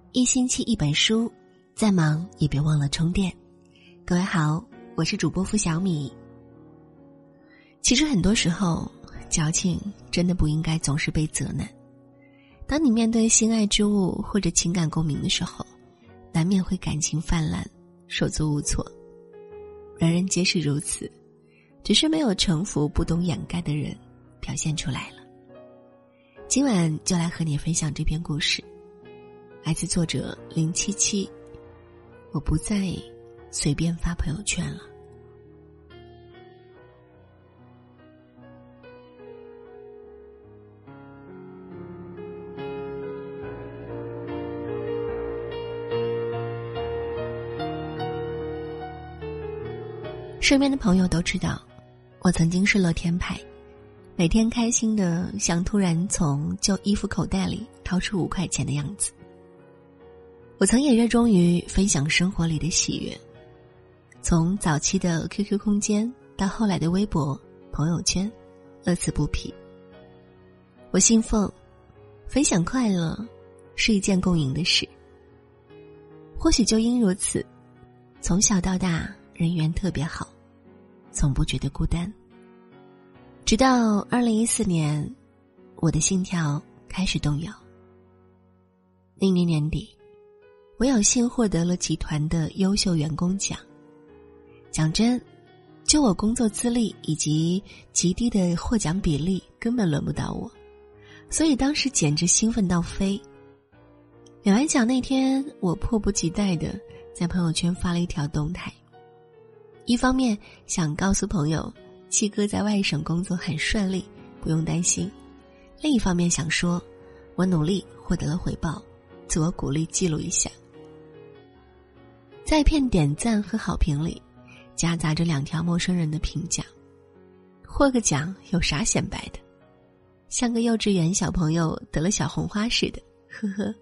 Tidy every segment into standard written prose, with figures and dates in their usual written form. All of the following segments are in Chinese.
一星期一本书，再忙也别忘了充电。各位好，我是主播付小米。其实很多时候，矫情真的不应该总是被责难。当你面对心爱之物或者情感共鸣的时候，难免会感情泛滥，手足无措。人人皆是如此，只是没有城府不懂掩盖的人表现出来了。今晚就来和你分享这篇故事，来自作者077。我不再随便发朋友圈了。身边的朋友都知道，我曾经是乐天派，每天开心的像突然从旧衣服口袋里掏出5块钱的样子。我曾也热衷于分享生活里的喜悦，从早期的 QQ 空间到后来的微博、朋友圈，乐此不疲。我信奉分享快乐是一件共赢的事。或许就因如此，从小到大人缘特别好，从不觉得孤单。直到2014年，我的信条开始动摇。那年年底，我有幸获得了集团的优秀员工奖。讲真，就我工作资历以及极低的获奖比例，根本轮不到我，所以当时简直兴奋到飞。领完奖那天，我迫不及待地在朋友圈发了一条动态，一方面想告诉朋友七哥在外省工作很顺利，不用担心，另一方面想说我努力获得了回报，自我鼓励记录一下。在一片点赞和好评里，夹杂着2条陌生人的评价。获个奖有啥显摆的，像个幼稚园小朋友得了小红花似的，呵呵。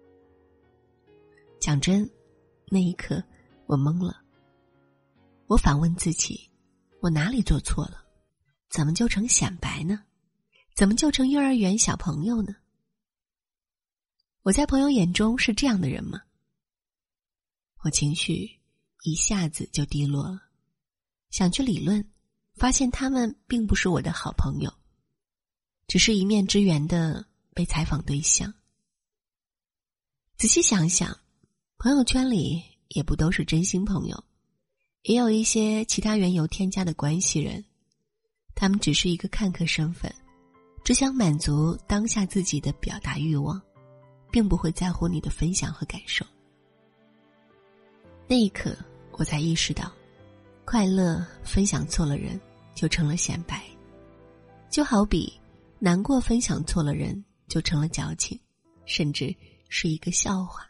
讲真，那一刻我懵了。我反问自己，我哪里做错了？怎么就成显摆呢？怎么就成幼儿园小朋友呢？我在朋友眼中是这样的人吗？我情绪一下子就低落了，想去理论，发现他们并不是我的好朋友，只是一面之缘的被采访对象。仔细想想，朋友圈里也不都是真心朋友，也有一些其他缘由添加的关系人，他们只是一个看客身份，只想满足当下自己的表达欲望，并不会在乎你的分享和感受。那一刻我才意识到，快乐分享错了人就成了显摆，就好比难过分享错了人就成了矫情，甚至是一个笑话。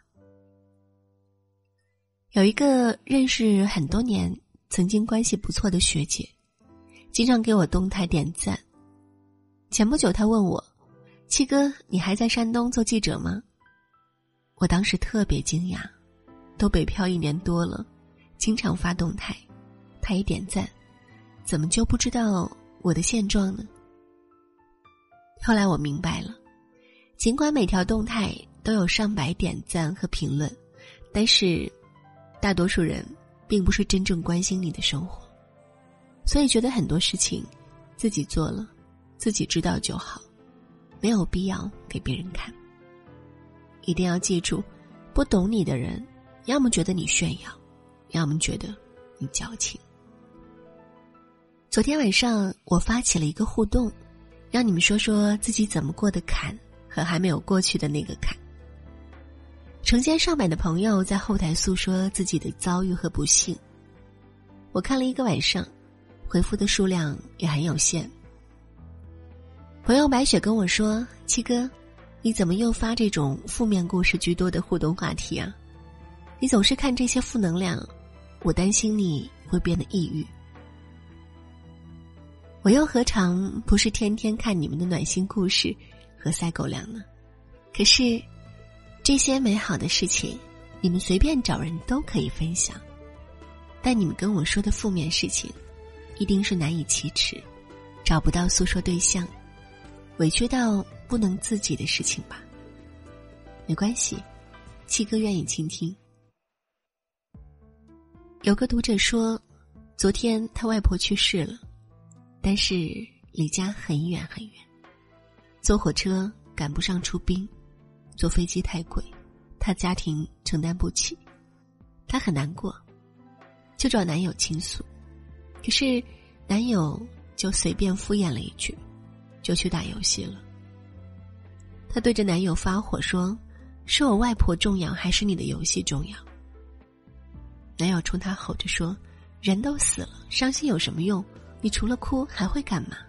有一个认识很多年曾经关系不错的学姐，经常给我动态点赞。前不久她问我，七哥，你还在山东做记者吗？我当时特别惊讶，都北漂1年多了，经常发动态，她也点赞，怎么就不知道我的现状呢？后来我明白了，尽管每条动态都有上百点赞和评论，但是大多数人并不是真正关心你的生活，所以觉得很多事情自己做了，自己知道就好，没有必要给别人看。一定要记住，不懂你的人，要么觉得你炫耀，要么觉得你矫情。昨天晚上我发起了一个互动，让你们说说自己怎么过的坎和还没有过去的那个坎。成千上百的朋友在后台诉说自己的遭遇和不幸，我看了1个晚上，回复的数量也很有限。朋友白雪跟我说，七哥，你怎么又发这种负面故事居多的互动话题啊？你总是看这些负能量，我担心你会变得抑郁。我又何尝不是天天看你们的暖心故事和塞狗粮呢？可是这些美好的事情，你们随便找人都可以分享，但你们跟我说的负面事情，一定是难以启齿，找不到诉说对象，委屈到不能自己的事情吧。没关系， 七哥愿意倾听。有个读者说，昨天他外婆去世了，但是离家很远很远，坐火车赶不上出殡，坐飞机太贵，他家庭承担不起，他很难过，就找男友倾诉。可是男友就随便敷衍了一句，就去打游戏了。她对着男友发火说，是我外婆重要还是你的游戏重要？男友冲她吼着说，人都死了，伤心有什么用？你除了哭还会干嘛？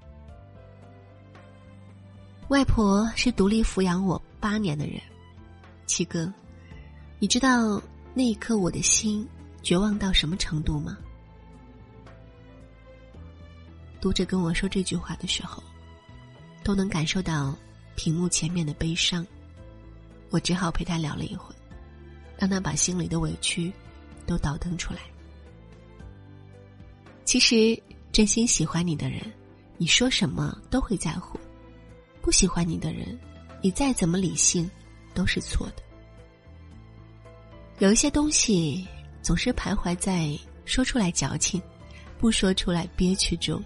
外婆是独立抚养我8年的人，七哥，你知道那一刻我的心绝望到什么程度吗？读者跟我说这句话的时候，都能感受到屏幕前面的悲伤。我只好陪他聊了一会，让他把心里的委屈都倒腾出来。其实真心喜欢你的人，你说什么都会在乎；不喜欢你的人，你再怎么理性都是错的。有一些东西总是徘徊在说出来矫情，不说出来憋屈中。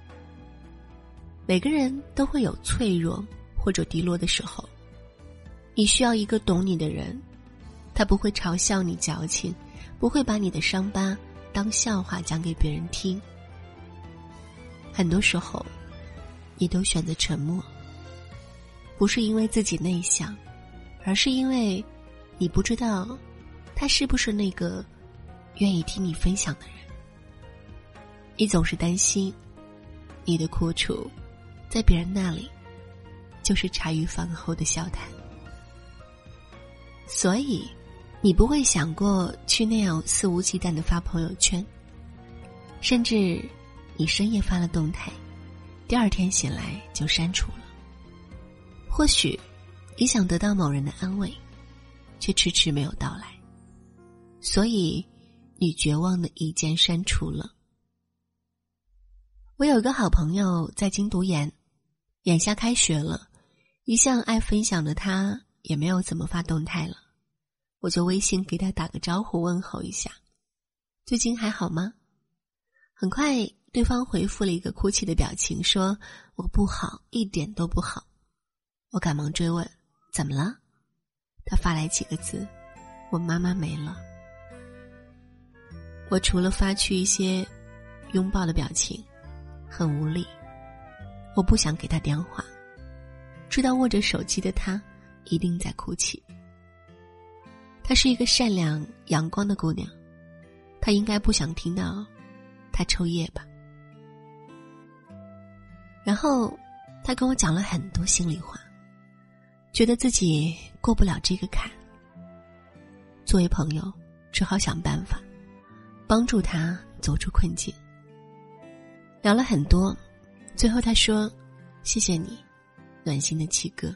每个人都会有脆弱或者低落的时候，你需要一个懂你的人，他不会嘲笑你矫情，不会把你的伤疤当笑话讲给别人听。很多时候你都选择沉默，不是因为自己内向，而是因为你不知道他是不是那个愿意听你分享的人。你总是担心你的苦楚在别人那里就是茶余饭后的笑谈，所以你不会想过去那样肆无忌惮地发朋友圈，甚至你深夜发了动态，第二天醒来就删除了。或许你想得到某人的安慰，却迟迟没有到来，所以你绝望地一键删除了。我有个好朋友在京读研，眼下开学了，一向爱分享的他也没有怎么发动态了。我就微信给他打个招呼问候一下，最近还好吗？很快对方回复了一个哭泣的表情，说我不好，一点都不好。我赶忙追问怎么了？他发来几个字，我妈妈没了。我除了发去一些拥抱的表情，很无力。我不想给他电话，知道握着手机的他一定在哭泣。她是一个善良阳光的姑娘，她应该不想听到她抽夜吧。然后她跟我讲了很多心里话，觉得自己过不了这个坎。作为朋友，只好想办法帮助她走出困境。聊了很多，最后她说谢谢你，暖心的七哥。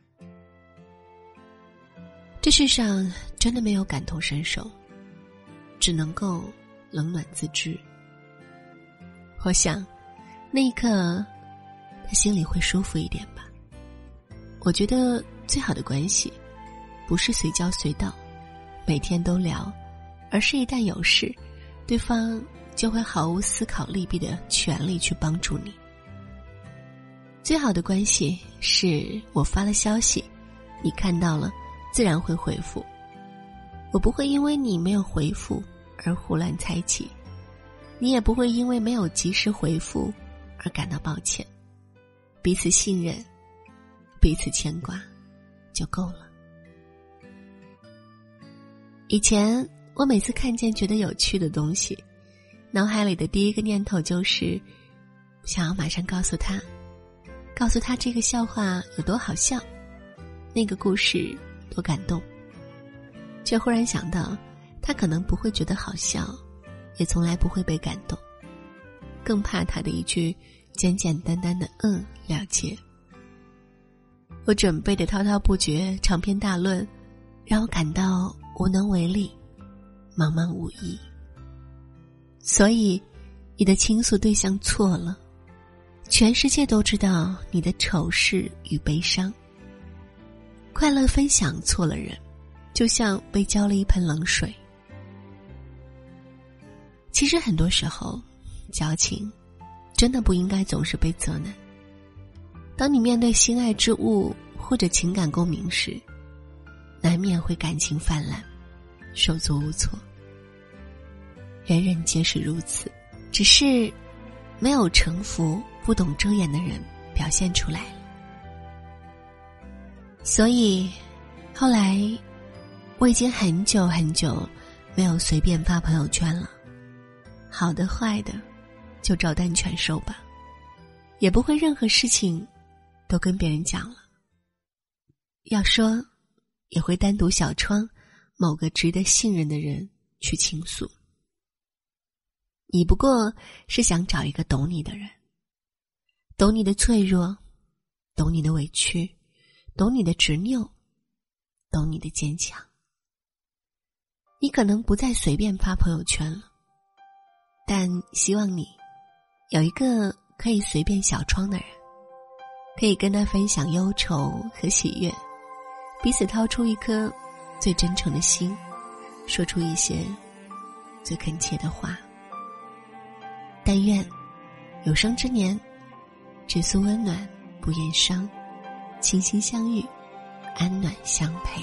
这世上真的没有感同身受，只能够冷暖自知。我想那一刻他心里会舒服一点吧。我觉得最好的关系不是随叫随到每天都聊，而是一旦有事，对方就会毫无思考利弊的全力去帮助你。最好的关系是我发了消息，你看到了自然会回复，我不会因为你没有回复而胡乱猜忌，你也不会因为没有及时回复而感到抱歉。彼此信任，彼此牵挂就够了。以前我每次看见觉得有趣的东西，脑海里的第一个念头就是想要马上告诉他这个笑话有多好笑，那个故事多感动。却忽然想到他可能不会觉得好笑，也从来不会被感动，更怕他的一句简简单单的了解。我准备的滔滔不绝长篇大论让我感到无能为力，茫茫无益。所以你的倾诉对象错了，全世界都知道你的丑事与悲伤。快乐分享错了人， 就像被浇了一盆冷水。其实很多时候，矫情真的不应该总是被责难。当你面对心爱之物或者情感共鸣时，难免会感情泛滥，手足无措。人人皆是如此，只是没有城府、不懂遮掩的人表现出来了。所以后来我已经很久很久没有随便发朋友圈了，好的坏的就照单全收吧，也不会任何事情都跟别人讲了。要说也会单独小窗某个值得信任的人去倾诉。你不过是想找一个懂你的人，懂你的脆弱，懂你的委屈，懂你的执拗，懂你的坚强。你可能不再随便发朋友圈了，但希望你有一个可以随便小窗的人，可以跟他分享忧愁和喜悦，彼此掏出一颗最真诚的心，说出一些最恳切的话。但愿有生之年，只诉温暖不言伤，倾心相遇，安暖相陪。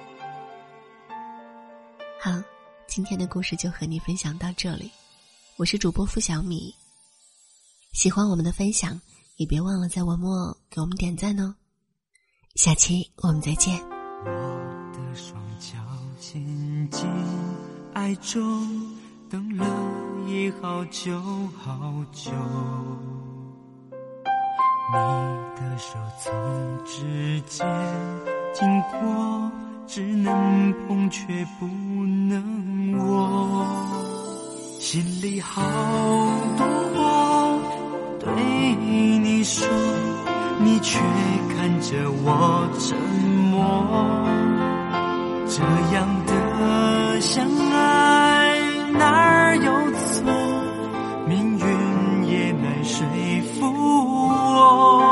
好，今天的故事就和你分享到这里，我是主播付小米。喜欢我们的分享，也别忘了在文末给我们点赞哦。下期我们再见。 我的双脚陷进爱中，等了也好久好久，你的手从指尖经过，只能碰却不能握，心里好多话对你说，你却看着我沉默，这样的相爱哪儿有错，命运也难说服我。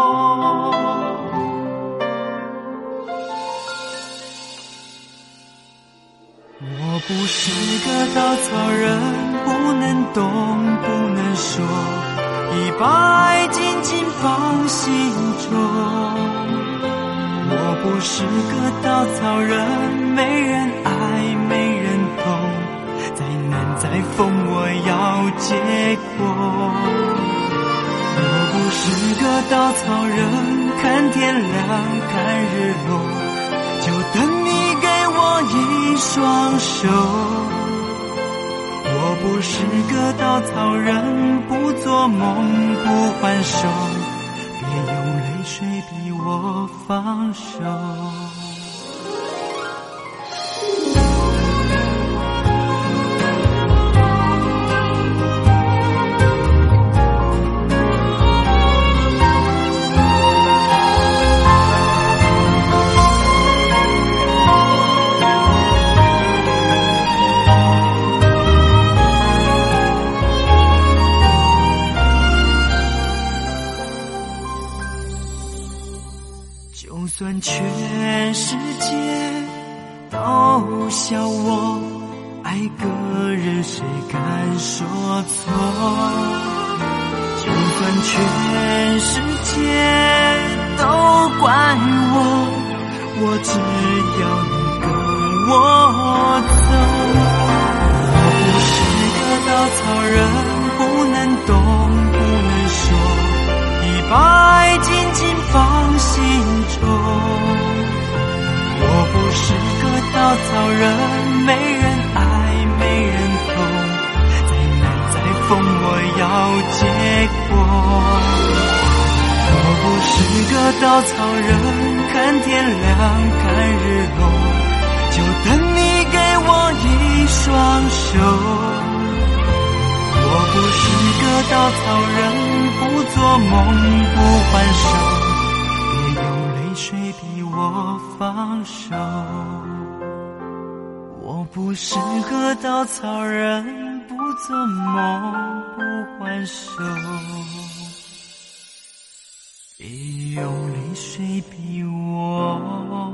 我不是个稻草人，不能动不能说，已把爱紧紧放心中。我不是个稻草人，没人爱没人懂，再难再疯我要结果。我不是个稻草人，看天亮看日落，就等你给我一双手。我不是个稻草人，不做梦不还手，别用泪水逼我放手。就算全世界都笑我爱个人，谁敢说错？就算全世界都怪我只要你跟我走。我不是个稻草人，不能动不能说，已把爱紧紧放心中。我不是个稻草人，没人爱没人懂，再难再疯我要结果。我不是个稻草人，看天亮看日落，就等你给我一双手。我不是个稻草人，不做梦不还手，别用泪水逼我放手。我不是个稻草人，不做梦不还手，别用泪水逼我